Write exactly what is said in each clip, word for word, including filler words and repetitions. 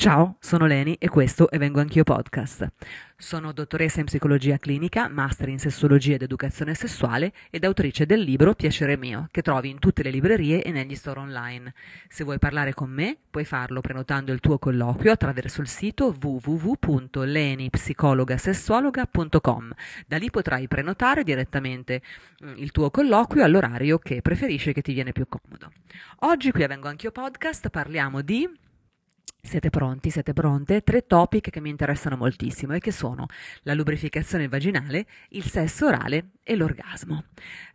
Ciao, sono Leni e questo è Vengo Anch'io Podcast. Sono dottoressa in psicologia clinica, master in sessologia ed educazione sessuale ed autrice del libro Piacere Mio, che trovi in tutte le librerie e negli store online. Se vuoi parlare con me, puoi farlo prenotando il tuo colloquio attraverso il sito w w w punto lenipsicologasessuologa punto com. Da lì potrai prenotare direttamente mm, il tuo colloquio all'orario che preferisci, che ti viene più comodo. Oggi qui a Vengo Anch'io Podcast parliamo di... Siete pronti? Siete pronte? Tre topic che mi interessano moltissimo e che sono la lubrificazione vaginale, il sesso orale e l'orgasmo.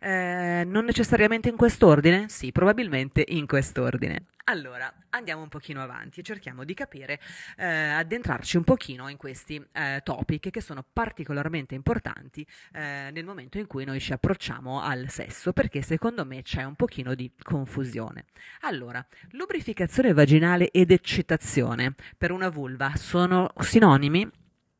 Eh, non necessariamente in quest'ordine? Sì, probabilmente in quest'ordine. Allora, andiamo un pochino avanti e cerchiamo di capire, eh, addentrarci un pochino in questi eh, topic che sono particolarmente importanti eh, nel momento in cui noi ci approcciamo al sesso, perché secondo me c'è un pochino di confusione. Allora, lubrificazione vaginale ed eccitazione per una vulva sono sinonimi?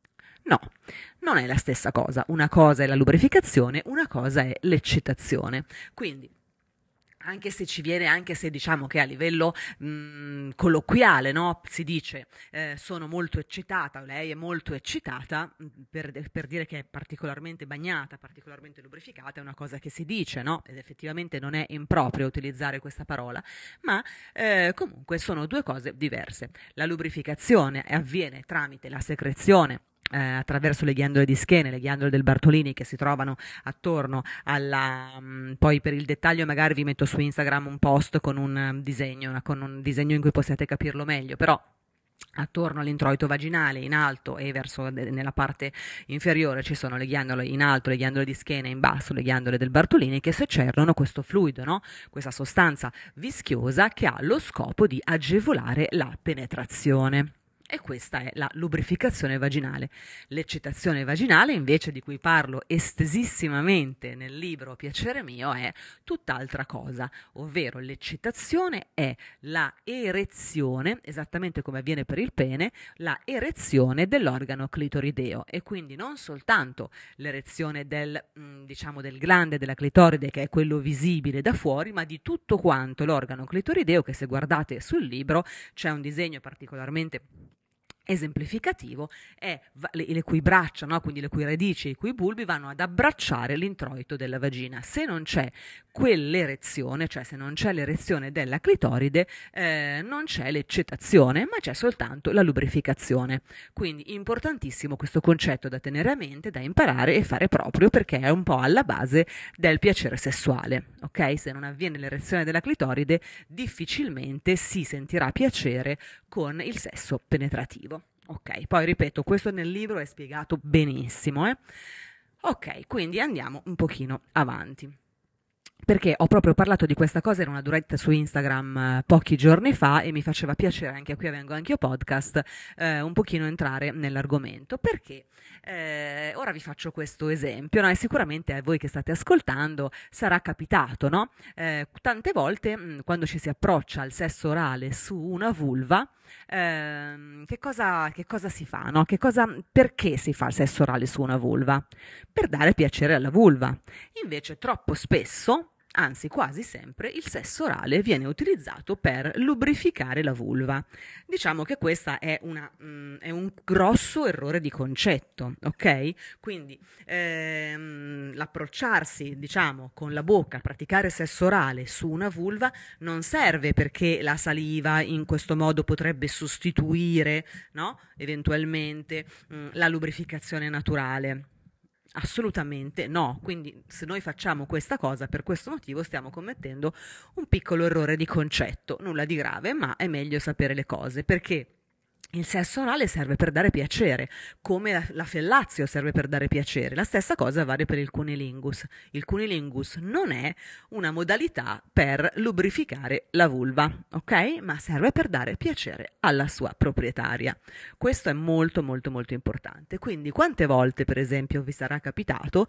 No, non è la stessa cosa. Una cosa è la lubrificazione, una cosa è l'eccitazione. Quindi, anche se ci viene, anche se diciamo che a livello mh, colloquiale, no? Si dice eh, sono molto eccitata, o lei è molto eccitata, mh, per, per dire che è particolarmente bagnata, particolarmente lubrificata, è una cosa che si dice, no? Ed effettivamente non è improprio utilizzare questa parola, ma eh, comunque sono due cose diverse. La lubrificazione avviene tramite la secrezione Eh, attraverso le ghiandole di schiena, le ghiandole del Bartolini che si trovano attorno alla... Mh, poi per il dettaglio magari vi metto su Instagram un post con un um, disegno, una, con un disegno in cui possiate capirlo meglio, però attorno all'introito vaginale in alto e verso de- nella parte inferiore ci sono le ghiandole in alto, le ghiandole di schiena, in basso le ghiandole del Bartolini che secernono questo fluido, no? Questa sostanza vischiosa che ha lo scopo di agevolare la penetrazione. E questa è la lubrificazione vaginale. L'eccitazione vaginale, invece, di cui parlo estesissimamente nel libro Piacere Mio, è tutt'altra cosa, ovvero l'eccitazione è la erezione, esattamente come avviene per il pene, la erezione dell'organo clitorideo e quindi non soltanto l'erezione del, mh, diciamo, del glande della clitoride, che è quello visibile da fuori, ma di tutto quanto l'organo clitorideo, che se guardate sul libro c'è un disegno particolarmente esemplificativo, è le, le cui braccia, no? Quindi le cui radici e i cui bulbi vanno ad abbracciare l'introito della vagina. Se non c'è quell'erezione, cioè se non c'è l'erezione della clitoride, eh, non c'è l'eccitazione, ma c'è soltanto la lubrificazione. Quindi importantissimo questo concetto da tenere a mente, da imparare e fare proprio, perché è un po' alla base del piacere sessuale. Ok? Se non avviene l'erezione della clitoride, difficilmente si sentirà piacere con il sesso penetrativo. Ok, poi ripeto, questo nel libro è spiegato benissimo, eh? Ok, quindi andiamo un pochino avanti. Perché ho proprio parlato di questa cosa in una diretta su Instagram eh, pochi giorni fa e mi faceva piacere anche qui a Vengo Anch'io Podcast eh, un pochino entrare nell'argomento, perché eh, ora vi faccio questo esempio, no? E sicuramente a voi che state ascoltando sarà capitato, no? Eh, tante volte mh, quando ci si approccia al sesso orale su una vulva, ehm, che cosa, che cosa si fa, no? Che cosa, perché si fa il sesso orale su una vulva? Per dare piacere alla vulva. Invece troppo spesso, anzi quasi sempre, il sesso orale viene utilizzato per lubrificare la vulva. Diciamo che questa è, una, mh, è un grosso errore di concetto, ok? Quindi ehm, l'approcciarsi, diciamo, con la bocca, praticare sesso orale su una vulva non serve perché la saliva in questo modo potrebbe sostituire, no? Eventualmente mh, la lubrificazione naturale. Assolutamente no, quindi se noi facciamo questa cosa per questo motivo stiamo commettendo un piccolo errore di concetto, nulla di grave, ma è meglio sapere le cose, perché il sesso orale serve per dare piacere, come la, la fellatio serve per dare piacere. La stessa cosa vale per il cunilingus. Il cunilingus non è una modalità per lubrificare la vulva, ok? Ma serve per dare piacere alla sua proprietaria. Questo è molto molto molto importante. Quindi quante volte, per esempio, vi sarà capitato,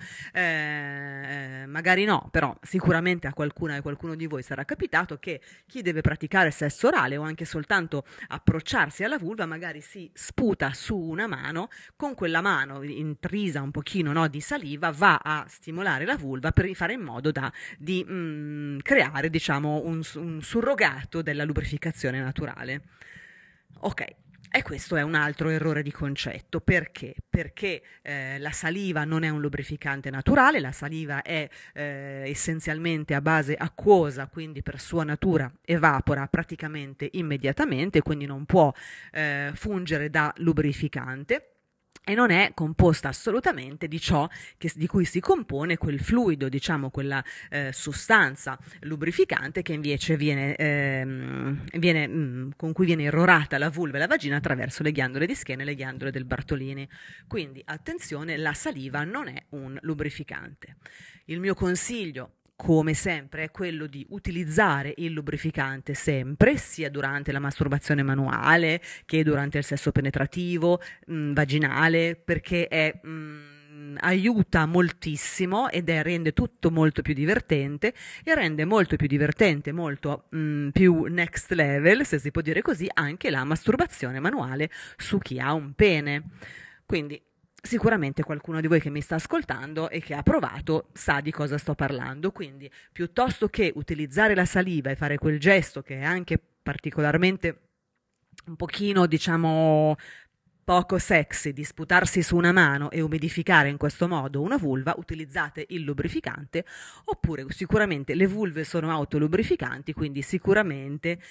eh, magari no, però sicuramente a qualcuna e qualcuno di voi sarà capitato che chi deve praticare sesso orale o anche soltanto approcciarsi alla vulva magari si sputa su una mano, con quella mano intrisa un pochino, no, di saliva, va a stimolare la vulva per fare in modo da di mm, creare, diciamo, un, un surrogato della lubrificazione naturale. Ok, E questo è un altro errore di concetto. Perché? Perché eh, la saliva non è un lubrificante naturale, la saliva è eh, essenzialmente a base acquosa, quindi per sua natura evapora praticamente immediatamente, quindi non può eh, fungere da lubrificante. E non è composta assolutamente di ciò che, di cui si compone quel fluido, diciamo quella eh, sostanza lubrificante che invece viene, ehm, viene, mh, con cui viene irrorata la vulva e la vagina attraverso le ghiandole di schiena e le ghiandole del Bartolini. Quindi attenzione, la saliva non è un lubrificante. Il mio consiglio, come sempre, è quello di utilizzare il lubrificante sempre, sia durante la masturbazione manuale che durante il sesso penetrativo, mh, vaginale, perché è, mh, aiuta moltissimo ed è, rende tutto molto più divertente e rende molto più divertente, molto mh, più next level, se si può dire così, anche la masturbazione manuale su chi ha un pene. Quindi sicuramente qualcuno di voi che mi sta ascoltando e che ha provato sa di cosa sto parlando, quindi piuttosto che utilizzare la saliva e fare quel gesto che è anche particolarmente un pochino, diciamo, poco sexy di sputarsi su una mano e umidificare in questo modo una vulva, utilizzate il lubrificante, oppure sicuramente le vulve sono autolubrificanti, quindi sicuramente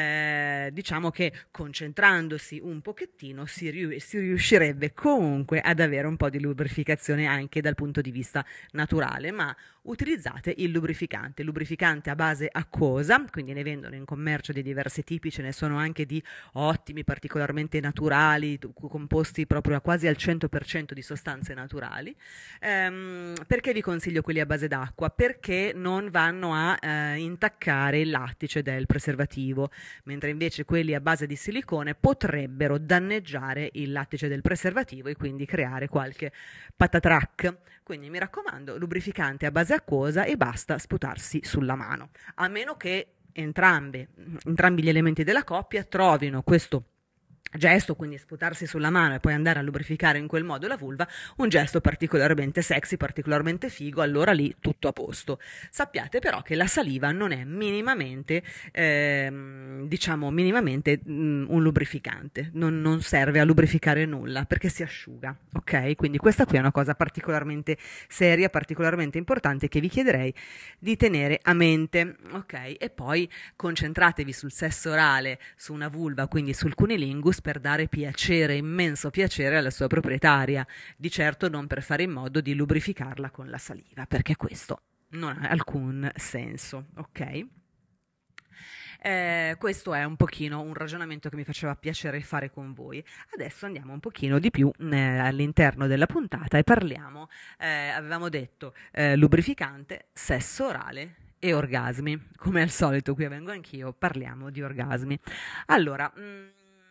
eh, diciamo che concentrandosi un pochettino si, riu- si riuscirebbe comunque ad avere un po' di lubrificazione anche dal punto di vista naturale, ma utilizzate il lubrificante, lubrificante a base acquosa, quindi ne vendono in commercio di diversi tipi, ce ne sono anche di ottimi, particolarmente naturali, composti proprio a quasi al cento per cento di sostanze naturali. Ehm, perché vi consiglio quelli a base d'acqua? Perché non vanno a eh, intaccare il lattice del preservativo, mentre invece quelli a base di silicone potrebbero danneggiare il lattice del preservativo e quindi creare qualche patatrac. Quindi mi raccomando, lubrificante a base acquosa e basta sputarsi sulla mano, a meno che entrambe, entrambi gli elementi della coppia trovino questo gesto, quindi sputarsi sulla mano e poi andare a lubrificare in quel modo la vulva, un gesto particolarmente sexy, particolarmente figo, allora lì tutto a posto. Sappiate però che la saliva non è minimamente, ehm, diciamo, minimamente mh, un lubrificante, non, non serve a lubrificare nulla perché si asciuga, ok? Quindi questa qui è una cosa particolarmente seria, particolarmente importante che vi chiederei di tenere a mente, ok? E poi concentratevi sul sesso orale, su una vulva, quindi sul cunilingus, per dare piacere, immenso piacere alla sua proprietaria, di certo non per fare in modo di lubrificarla con la saliva, perché questo non ha alcun senso, ok? Eh, questo è un pochino un ragionamento che mi faceva piacere fare con voi. Adesso andiamo un pochino di più eh, all'interno della puntata e parliamo, eh, avevamo detto, eh, lubrificante, sesso orale e orgasmi. Come al solito, qui vengo anch'io, parliamo di orgasmi. Allora, mh,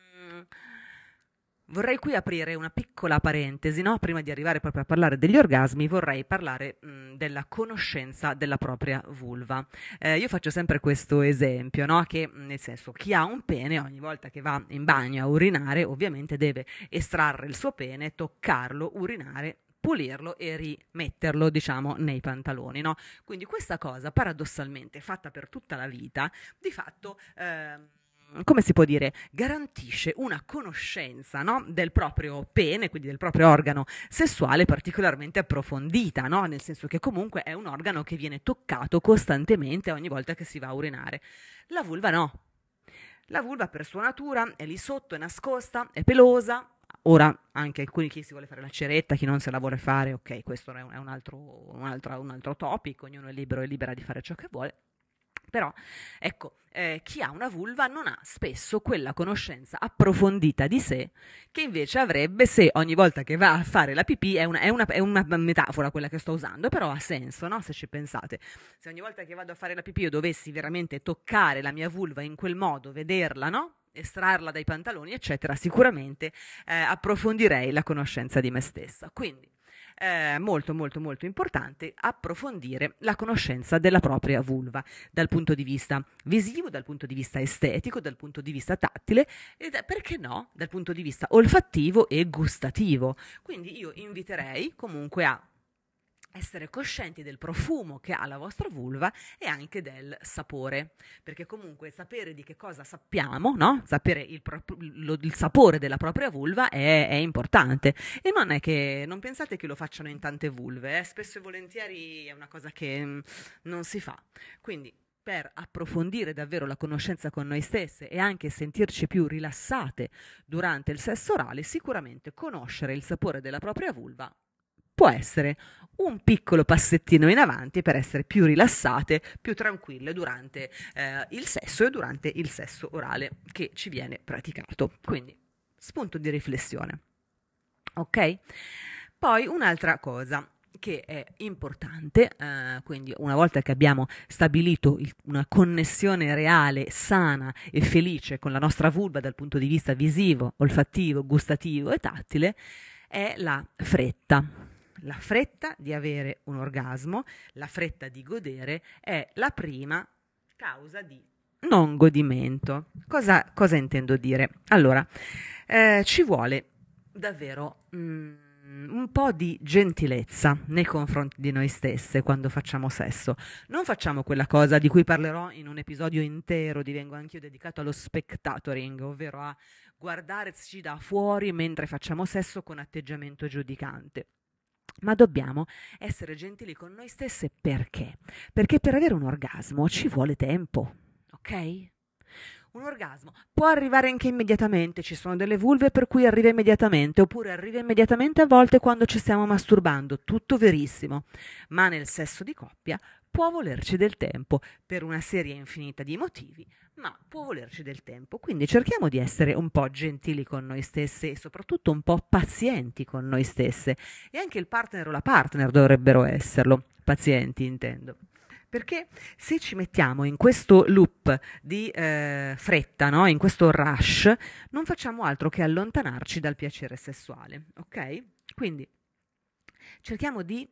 vorrei qui aprire una piccola parentesi, no? Prima di arrivare proprio a parlare degli orgasmi, vorrei parlare mh, della conoscenza della propria vulva. Eh, io faccio sempre questo esempio, no? Che nel senso, chi ha un pene ogni volta che va in bagno a urinare, ovviamente deve estrarre il suo pene, toccarlo, urinare, pulirlo e rimetterlo, diciamo, nei pantaloni, no? Quindi questa cosa, paradossalmente, fatta per tutta la vita, di fatto... Eh, come si può dire, garantisce una conoscenza, no? Del proprio pene, quindi del proprio organo sessuale particolarmente approfondita, no? Nel senso che comunque è un organo che viene toccato costantemente ogni volta che si va a urinare. La vulva no. La vulva per sua natura è lì sotto, è nascosta, è pelosa. Ora anche alcuni, chi si vuole fare la ceretta, chi non se la vuole fare, ok, questo è un altro, un altro, un altro topic, ognuno è libero e libera di fare ciò che vuole. Però, ecco, eh, chi ha una vulva non ha spesso quella conoscenza approfondita di sé che invece avrebbe se ogni volta che va a fare la pipì, è una, è una, è una metafora quella che sto usando, però ha senso, no? Se ci pensate. Se ogni volta che vado a fare la pipì io dovessi veramente toccare la mia vulva in quel modo, vederla, no? Estrarla dai pantaloni, eccetera, sicuramente eh, approfondirei la conoscenza di me stessa. Quindi, Eh, molto molto molto importante approfondire la conoscenza della propria vulva dal punto di vista visivo, dal punto di vista estetico, dal punto di vista tattile e da, perché no, dal punto di vista olfattivo e gustativo. Quindi io inviterei comunque a essere coscienti del profumo che ha la vostra vulva e anche del sapore, perché comunque sapere di che cosa sappiamo, no? Sapere il, pro- lo- il sapore della propria vulva è, è importante, e non è che, non pensate che lo facciano in tante vulve, eh? Spesso e volentieri è una cosa che mm, non si fa, quindi per approfondire davvero la conoscenza con noi stesse e anche sentirci più rilassate durante il sesso orale, sicuramente conoscere il sapore della propria vulva può essere un piccolo passettino in avanti per essere più rilassate, più tranquille durante eh, il sesso e durante il sesso orale che ci viene praticato. Quindi, spunto di riflessione. Ok? Poi un'altra cosa che è importante, eh, quindi una volta che abbiamo stabilito il, una connessione reale, sana e felice con la nostra vulva dal punto di vista visivo, olfattivo, gustativo e tattile, è la fretta. La fretta di avere un orgasmo, la fretta di godere è la prima causa di non godimento. Cosa, cosa intendo dire? Allora, eh, ci vuole davvero mm, un po' di gentilezza nei confronti di noi stesse quando facciamo sesso. Non facciamo quella cosa di cui parlerò in un episodio intero, divengo anch'io dedicato allo spectatoring, ovvero a guardarci da fuori mentre facciamo sesso con atteggiamento giudicante. Ma dobbiamo essere gentili con noi stesse perché? Perché per avere un orgasmo ci vuole tempo, ok? Un orgasmo può arrivare anche immediatamente, ci sono delle vulve per cui arriva immediatamente, oppure arriva immediatamente a volte quando ci stiamo masturbando, tutto verissimo, ma nel sesso di coppia può volerci del tempo per una serie infinita di motivi, ma può volerci del tempo, quindi cerchiamo di essere un po' gentili con noi stesse e soprattutto un po' pazienti con noi stesse, e anche il partner o la partner dovrebbero esserlo, pazienti intendo. Perché se ci mettiamo in questo loop di eh, fretta, no? In questo rush, non facciamo altro che allontanarci dal piacere sessuale, ok? Quindi cerchiamo di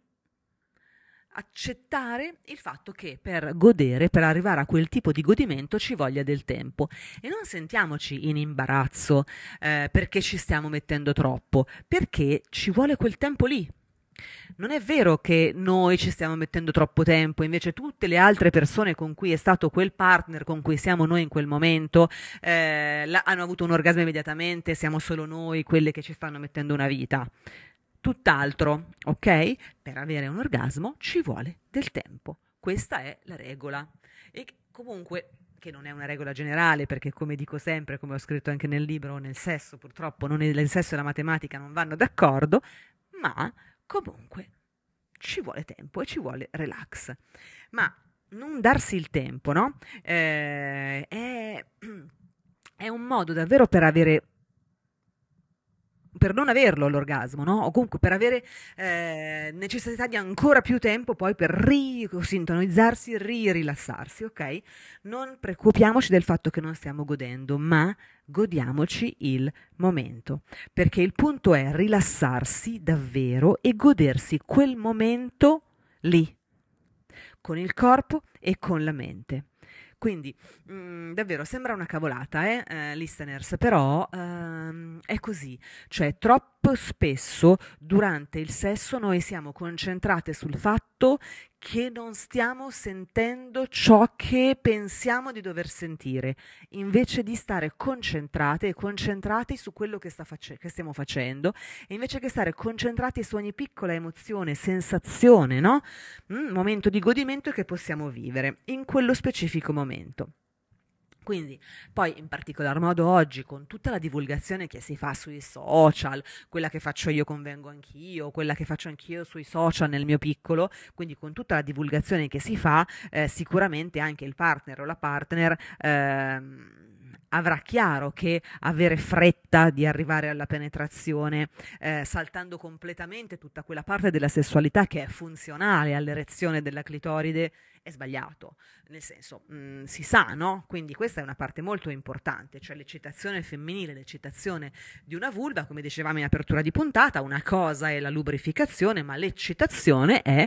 accettare il fatto che per godere, per arrivare a quel tipo di godimento ci voglia del tempo, e non sentiamoci in imbarazzo eh, perché ci stiamo mettendo troppo, perché ci vuole quel tempo lì. Non è vero che noi ci stiamo mettendo troppo tempo, invece tutte le altre persone con cui è stato quel partner con cui siamo noi in quel momento eh, la- hanno avuto un orgasmo immediatamente, siamo solo noi quelle che ci stanno mettendo una vita. Tutt'altro, ok? Per avere un orgasmo ci vuole del tempo. Questa è la regola. E comunque, che non è una regola generale, perché come dico sempre, come ho scritto anche nel libro, nel sesso purtroppo non è, il sesso e la matematica non vanno d'accordo, ma comunque ci vuole tempo e ci vuole relax. Ma non darsi il tempo, no? Eh, è, è un modo davvero per avere per non averlo l'orgasmo, no? O comunque per avere eh, necessità di ancora più tempo poi per risintonizzarsi, ri-rilassarsi, ok? Non preoccupiamoci del fatto che non stiamo godendo, ma godiamoci il momento, perché il punto è rilassarsi davvero e godersi quel momento lì, con il corpo e con la mente. Quindi, mh, davvero, sembra una cavolata, eh, eh, listeners, però ehm, è così. Cioè, troppo spesso durante il sesso noi siamo concentrate sul fatto che non stiamo sentendo ciò che pensiamo di dover sentire, invece di stare concentrate e concentrati su quello che, sta face- che stiamo facendo, e invece che stare concentrati su ogni piccola emozione, sensazione, no? Mm, momento di godimento che possiamo vivere in quello specifico momento. Quindi, poi in particolar modo oggi, con tutta la divulgazione che si fa sui social, quella che faccio io con Vengo Anch'io, quella che faccio anch'io sui social nel mio piccolo, quindi con tutta la divulgazione che si fa, eh, sicuramente anche il partner o la partner ehm, avrà chiaro che avere fretta di arrivare alla penetrazione, eh, saltando completamente tutta quella parte della sessualità che è funzionale all'erezione della clitoride, è sbagliato, nel senso, mh, si sa, no? Quindi questa è una parte molto importante, cioè l'eccitazione femminile, l'eccitazione di una vulva, come dicevamo in apertura di puntata, una cosa è la lubrificazione, ma l'eccitazione è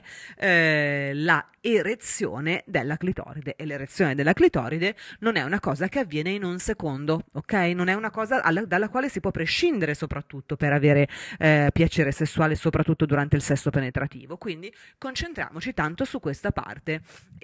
eh, la erezione della clitoride, e l'erezione della clitoride non è una cosa che avviene in un secondo, ok? Non è una cosa alla, dalla quale si può prescindere, soprattutto per avere eh, piacere sessuale, soprattutto durante il sesso penetrativo. Quindi concentriamoci tanto su questa parte,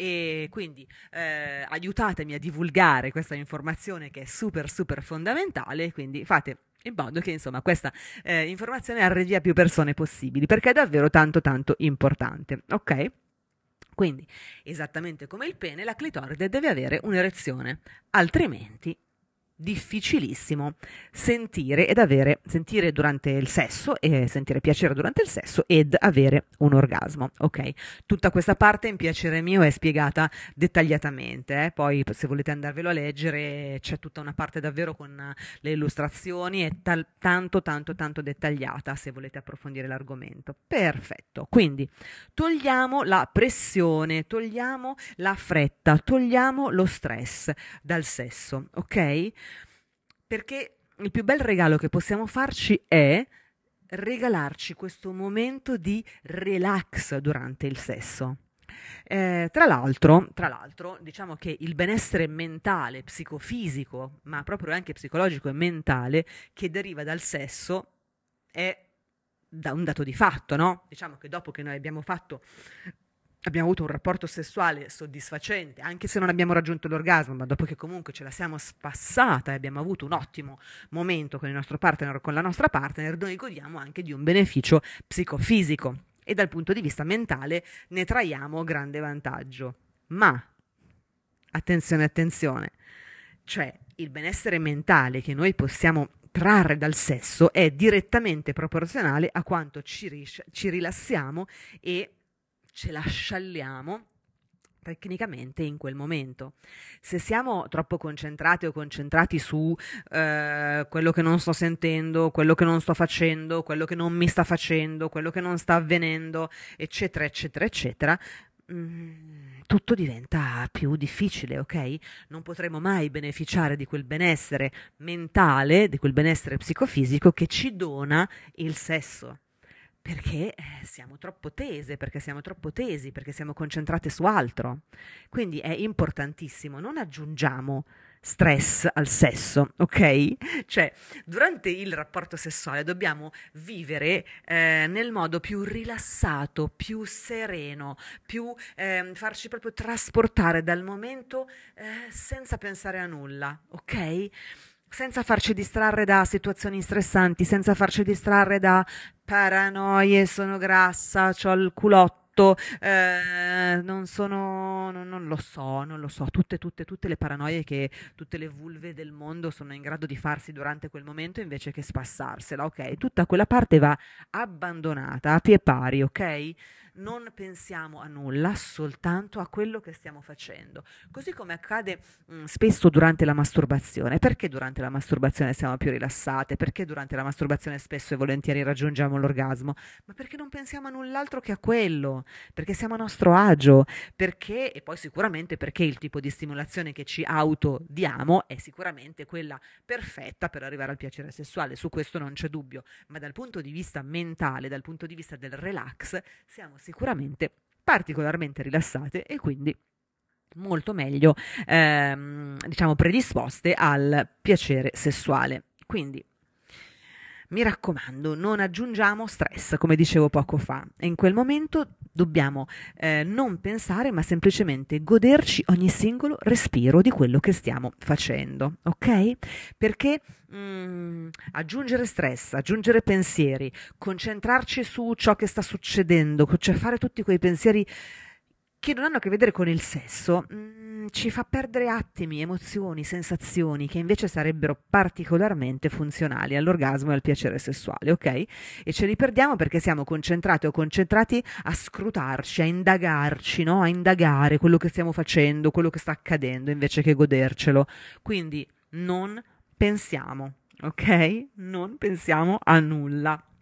e quindi eh, aiutatemi a divulgare questa informazione che è super super fondamentale, quindi fate in modo che insomma questa eh, informazione arrivi a più persone possibili, perché è davvero tanto tanto importante, ok? Quindi, esattamente come il pene, la clitoride deve avere un'erezione, altrimenti difficilissimo sentire ed avere sentire durante il sesso e sentire piacere durante il sesso ed avere un orgasmo, ok? Tutta questa parte in Piacere Mio è spiegata dettagliatamente, eh? Poi se volete andarvelo a leggere c'è tutta una parte davvero con le illustrazioni, è tal- tanto tanto tanto dettagliata se volete approfondire l'argomento. Perfetto, quindi togliamo la pressione, togliamo la fretta, togliamo lo stress dal sesso, ok? Perché il più bel regalo che possiamo farci è regalarci questo momento di relax durante il sesso. Eh, tra l'altro, tra l'altro, diciamo che il benessere mentale, psicofisico, ma proprio anche psicologico e mentale che deriva dal sesso è da un dato di fatto, no? Diciamo che dopo che noi abbiamo fatto abbiamo avuto un rapporto sessuale soddisfacente, anche se non abbiamo raggiunto l'orgasmo, ma dopo che comunque ce la siamo spassata e abbiamo avuto un ottimo momento con il nostro partner o con la nostra partner, noi godiamo anche di un beneficio psicofisico e dal punto di vista mentale ne traiamo grande vantaggio. Ma, attenzione, attenzione, cioè il benessere mentale che noi possiamo trarre dal sesso è direttamente proporzionale a quanto ci, ris- ci rilassiamo e ce la scialliamo tecnicamente in quel momento. Se siamo troppo concentrati o concentrati su eh, quello che non sto sentendo, quello che non sto facendo, quello che non mi sta facendo, quello che non sta avvenendo, eccetera, eccetera, eccetera, mh, tutto diventa più difficile, ok? Non potremo mai beneficiare di quel benessere mentale, di quel benessere psicofisico che ci dona il sesso. Perché eh, siamo troppo tese, perché siamo troppo tesi, perché siamo concentrate su altro. Quindi è importantissimo, non aggiungiamo stress al sesso, ok? Cioè, durante il rapporto sessuale dobbiamo vivere eh, nel modo più rilassato, più sereno, più eh, farci proprio trasportare dal momento eh, senza pensare a nulla, ok? Senza farci distrarre da situazioni stressanti, senza farci distrarre da paranoie, sono grassa, c'ho il culotto, eh, non sono, non, non lo so, non lo so, tutte, tutte, tutte le paranoie che tutte le vulve del mondo sono in grado di farsi durante quel momento invece che spassarsela, ok? Tutta quella parte va abbandonata a pie pari, ok? Non pensiamo a nulla, soltanto a quello che stiamo facendo. Così come accade mh, spesso durante la masturbazione. Perché durante la masturbazione siamo più rilassate? Perché durante la masturbazione spesso e volentieri raggiungiamo l'orgasmo? Ma perché non pensiamo a null'altro che a quello? Perché siamo a nostro agio? Perché, e poi sicuramente perché il tipo di stimolazione che ci autodiamo è sicuramente quella perfetta per arrivare al piacere sessuale, su questo non c'è dubbio, ma dal punto di vista mentale, dal punto di vista del relax, siamo sicuramente particolarmente rilassate e quindi molto meglio, ehm, diciamo, predisposte al piacere sessuale. Quindi mi raccomando, non aggiungiamo stress, come dicevo poco fa. E in quel momento dobbiamo eh, non pensare, ma semplicemente goderci ogni singolo respiro di quello che stiamo facendo, ok? Perché mm, aggiungere stress, aggiungere pensieri, concentrarci su ciò che sta succedendo, cioè fare tutti quei pensieri che non hanno a che vedere con il sesso, mh, ci fa perdere attimi, emozioni, sensazioni che invece sarebbero particolarmente funzionali all'orgasmo e al piacere sessuale, ok? E ce li perdiamo perché siamo concentrati o concentrati a scrutarci, a indagarci, no? A indagare quello che stiamo facendo, quello che sta accadendo, invece che godercelo. Quindi non pensiamo, ok? Non pensiamo a nulla.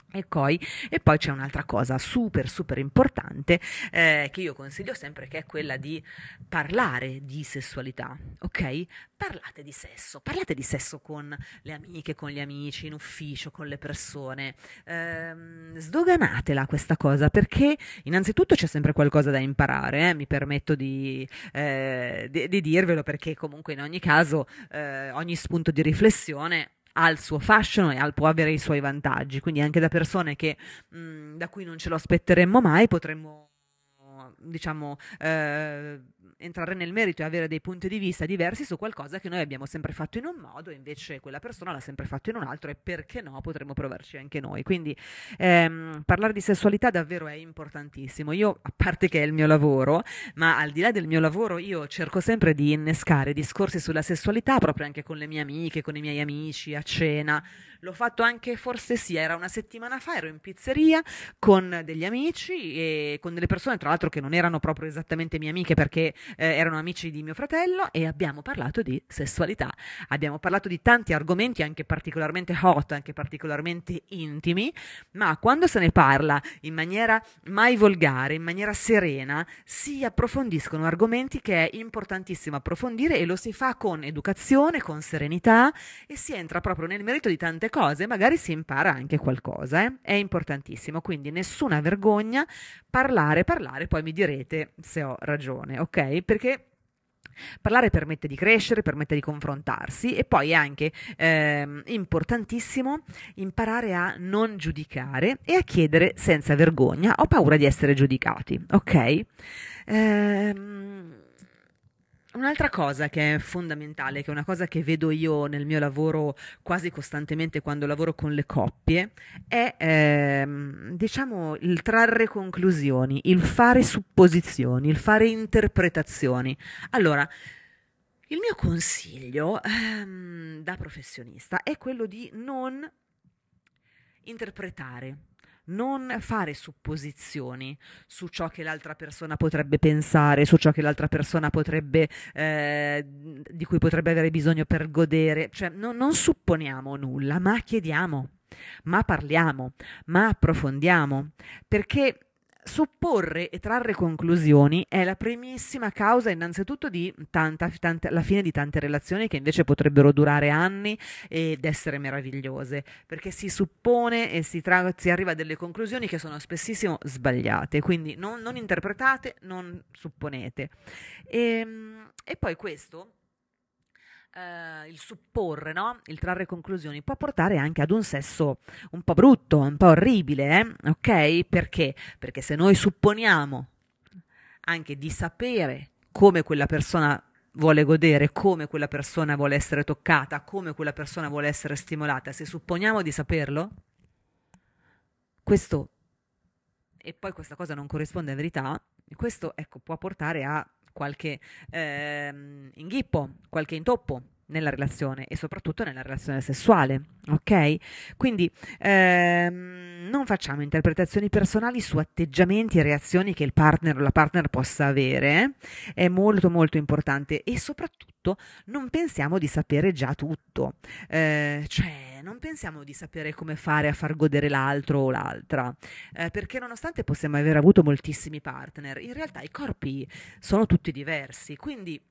E poi, e poi c'è un'altra cosa super super importante eh, che io consiglio sempre, che è quella di parlare di sessualità, ok? Parlate di sesso, parlate di sesso con le amiche, con gli amici, in ufficio, con le persone. Ehm, sdoganatela questa cosa, perché innanzitutto c'è sempre qualcosa da imparare, eh? Mi permetto di, eh, di, di dirvelo, perché comunque in ogni caso eh, ogni spunto di riflessione ha il suo fascino e ha- può avere i suoi vantaggi, quindi anche da persone che, mh, da cui non ce lo aspetteremmo mai, potremmo, diciamo, eh, entrare nel merito e avere dei punti di vista diversi su qualcosa che noi abbiamo sempre fatto in un modo e invece quella persona l'ha sempre fatto in un altro, e perché no, potremmo provarci anche noi. Quindi ehm, parlare di sessualità davvero è importantissimo. Io, a parte che è il mio lavoro, ma al di là del mio lavoro, io cerco sempre di innescare discorsi sulla sessualità proprio anche con le mie amiche, con i miei amici, a cena. L'ho fatto anche, forse sì, era una settimana fa, ero in pizzeria con degli amici e con delle persone, tra l'altro, che non erano proprio esattamente mie amiche, perché eh, erano amici di mio fratello, e abbiamo parlato di sessualità. Abbiamo parlato di tanti argomenti, anche particolarmente hot, anche particolarmente intimi, ma quando se ne parla in maniera mai volgare, in maniera serena, si approfondiscono argomenti che è importantissimo approfondire, e lo si fa con educazione, con serenità, e si entra proprio nel merito di tante cose, magari si impara anche qualcosa, eh? È importantissimo, quindi nessuna vergogna, parlare, parlare, poi mi direte se ho ragione, ok? Perché parlare permette di crescere, permette di confrontarsi, e poi è anche ehm, importantissimo imparare a non giudicare e a chiedere senza vergogna: ho paura di essere giudicati, ok? Ehm, Un'altra cosa che è fondamentale, che è una cosa che vedo io nel mio lavoro quasi costantemente quando lavoro con le coppie, è ehm, diciamo il trarre conclusioni, il fare supposizioni, il fare interpretazioni. Allora, il mio consiglio ehm, da professionista è quello di non interpretare, non fare supposizioni su ciò che l'altra persona potrebbe pensare, su ciò che l'altra persona potrebbe, eh, di cui potrebbe avere bisogno per godere. Cioè, no- non supponiamo nulla, ma chiediamo, ma parliamo, ma approfondiamo, perché supporre e trarre conclusioni è la primissima causa, innanzitutto, di tanta, tante, la fine di tante relazioni che invece potrebbero durare anni ed essere meravigliose, perché si suppone e si, tra- si arriva a delle conclusioni che sono spessissimo sbagliate, quindi non, non interpretate, non supponete. E, e poi questo, eh, il supporre, no? Il trarre conclusioni può portare anche ad un sesso un po' brutto, un po' orribile, eh? Ok? Perché? Perché se noi supponiamo anche di sapere come quella persona vuole godere, come quella persona vuole essere toccata, come quella persona vuole essere stimolata, se supponiamo di saperlo, questo, e poi questa cosa non corrisponde a verità, questo, ecco, può portare a qualche ehm, inghippo, qualche intoppo nella relazione, e soprattutto nella relazione sessuale, ok? Quindi ehm, non facciamo interpretazioni personali su atteggiamenti e reazioni che il partner o la partner possa avere, eh. È molto molto importante, e soprattutto non pensiamo di sapere già tutto, eh, cioè non pensiamo di sapere come fare a far godere l'altro o l'altra, eh, perché nonostante possiamo aver avuto moltissimi partner, in realtà i corpi sono tutti diversi, quindi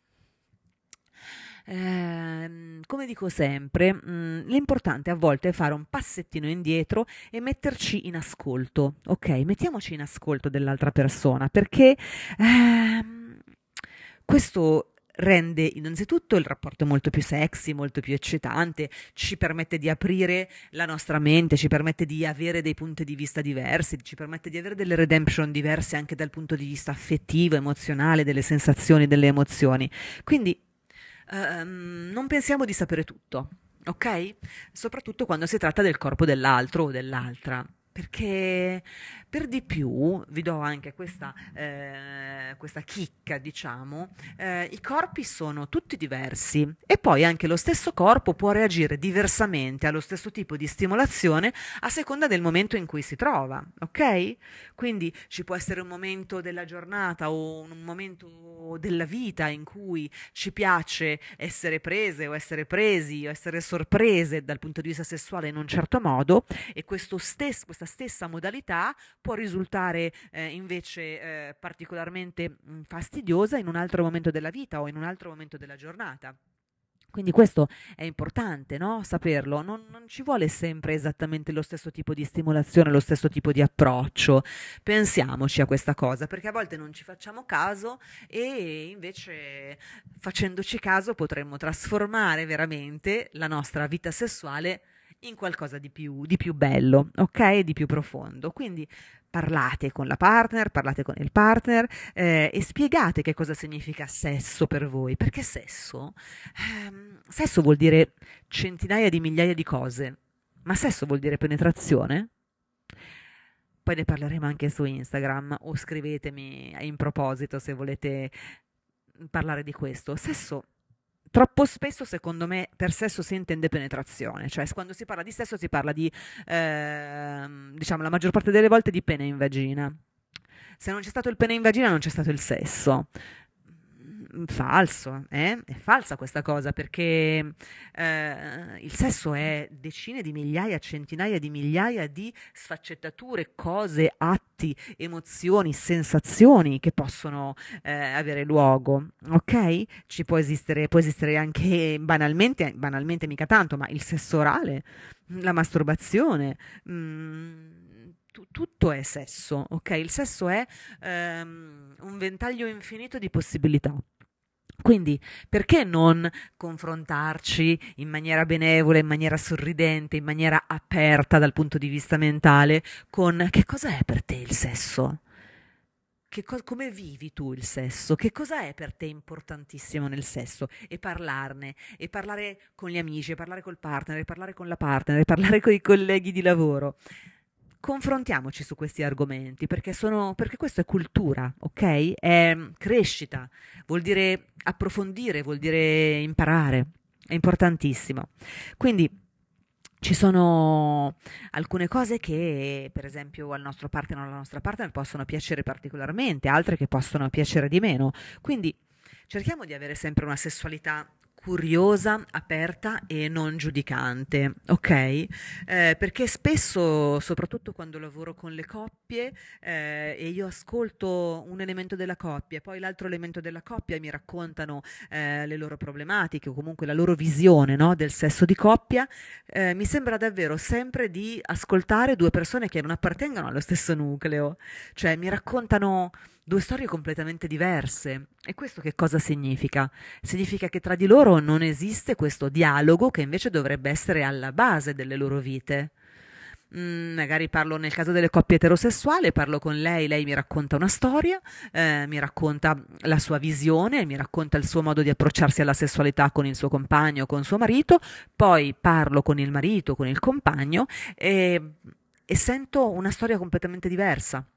ehm, come dico sempre, mh, l'importante a volte è fare un passettino indietro e metterci in ascolto, ok? Mettiamoci in ascolto dell'altra persona, perché ehm, questo rende innanzitutto il rapporto molto più sexy, molto più eccitante, ci permette di aprire la nostra mente, ci permette di avere dei punti di vista diversi, ci permette di avere delle redemption diverse anche dal punto di vista affettivo, emozionale, delle sensazioni, delle emozioni. Quindi ehm, non pensiamo di sapere tutto, ok? Soprattutto quando si tratta del corpo dell'altro o dell'altra. perché per di più, vi do anche questa, eh, questa chicca, diciamo, eh, i corpi sono tutti diversi e poi anche lo stesso corpo può reagire diversamente allo stesso tipo di stimolazione a seconda del momento in cui si trova, ok? Quindi ci può essere un momento della giornata o un momento della vita in cui ci piace essere prese o essere presi o essere sorprese dal punto di vista sessuale in un certo modo, e questo stes- questa stessa modalità può risultare eh, invece eh, particolarmente mh, fastidiosa in un altro momento della vita o in un altro momento della giornata. Quindi questo è importante, no? Saperlo. Non, non ci vuole sempre esattamente lo stesso tipo di stimolazione, lo stesso tipo di approccio. Pensiamoci a questa cosa, perché a volte non ci facciamo caso e invece facendoci caso potremmo trasformare veramente la nostra vita sessuale in qualcosa di più, di più bello, ok? Di più profondo. Quindi parlate con la partner, parlate con il partner eh, e spiegate che cosa significa sesso per voi, perché sesso, ehm, sesso vuol dire centinaia di migliaia di cose, ma sesso vuol dire penetrazione? Poi ne parleremo anche su Instagram o scrivetemi in proposito se volete parlare di questo. Sesso troppo spesso, secondo me, per sesso si intende penetrazione, cioè quando si parla di sesso si parla di, ehm, diciamo, la maggior parte delle volte di pene in vagina. Se non c'è stato il pene in vagina non c'è stato il sesso. Falso, eh? È falsa questa cosa perché eh, il sesso è decine di migliaia, centinaia di migliaia di sfaccettature, cose, atti, emozioni, sensazioni che possono eh, avere luogo, ok? Ci può esistere, può esistere anche banalmente, banalmente mica tanto, ma il sesso orale, la masturbazione, mh, tutto è sesso, ok? Il sesso è um, un ventaglio infinito di possibilità. Quindi perché non confrontarci in maniera benevola, in maniera sorridente, in maniera aperta dal punto di vista mentale con che cosa è per te il sesso? Che co- come vivi tu il sesso? Che cosa è per te importantissimo nel sesso? E parlarne, e parlare con gli amici, e parlare col partner, e parlare con la partner, e parlare con i colleghi di lavoro. Confrontiamoci su questi argomenti perché, sono, perché questo è cultura, ok? È crescita, vuol dire approfondire, vuol dire imparare, è importantissimo. Quindi ci sono alcune cose che, per esempio, al nostro partner o alla nostra partner possono piacere particolarmente, altre che possono piacere di meno. Quindi cerchiamo di avere sempre una sessualità curiosa, aperta e non giudicante, ok? Eh, perché spesso, soprattutto quando lavoro con le coppie, eh, e io ascolto un elemento della coppia, poi l'altro elemento della coppia mi raccontano eh, le loro problematiche o comunque la loro visione, no, del sesso di coppia, eh, mi sembra davvero sempre di ascoltare due persone che non appartengono allo stesso nucleo, cioè mi raccontano due storie completamente diverse. E questo che cosa significa? Significa che tra di loro non esiste questo dialogo che invece dovrebbe essere alla base delle loro vite. Mm, magari parlo nel caso delle coppie eterosessuali, parlo con lei, lei mi racconta una storia, eh, mi racconta la sua visione, mi racconta il suo modo di approcciarsi alla sessualità con il suo compagno, con suo marito, poi parlo con il marito, con il compagno e, e sento una storia completamente diversa.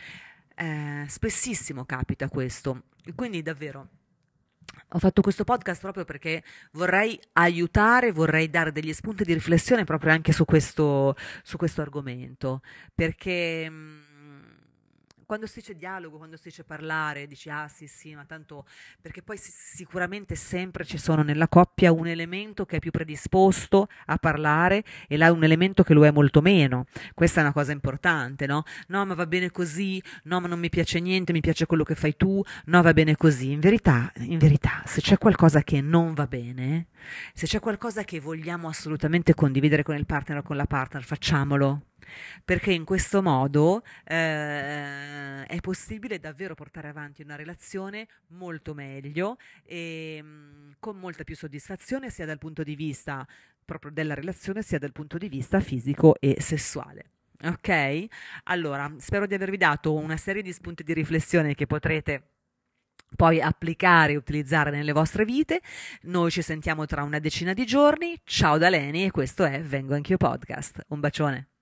Eh, spessissimo capita questo, quindi davvero ho fatto questo podcast proprio perché vorrei aiutare, vorrei dare degli spunti di riflessione proprio anche su questo, su questo argomento, perché mh, quando si dice dialogo, quando si dice parlare, dici ah sì sì, ma tanto, perché poi si- sicuramente sempre ci sono nella coppia un elemento che è più predisposto a parlare e là un elemento che lo è molto meno. Questa è una cosa importante, no? No, ma va bene così, no, ma non mi piace niente, mi piace quello che fai tu, no, va bene così. In verità, in verità, se c'è qualcosa che non va bene, se c'è qualcosa che vogliamo assolutamente condividere con il partner o con la partner, facciamolo. Perché in questo modo eh, è possibile davvero portare avanti una relazione molto meglio e mh, con molta più soddisfazione sia dal punto di vista proprio della relazione sia dal punto di vista fisico e sessuale. Ok? Allora, spero di avervi dato una serie di spunti di riflessione che potrete poi applicare e utilizzare nelle vostre vite. Noi ci sentiamo tra una decina di giorni. Ciao da Leni e questo è Vengo Anch'io Podcast. Un bacione.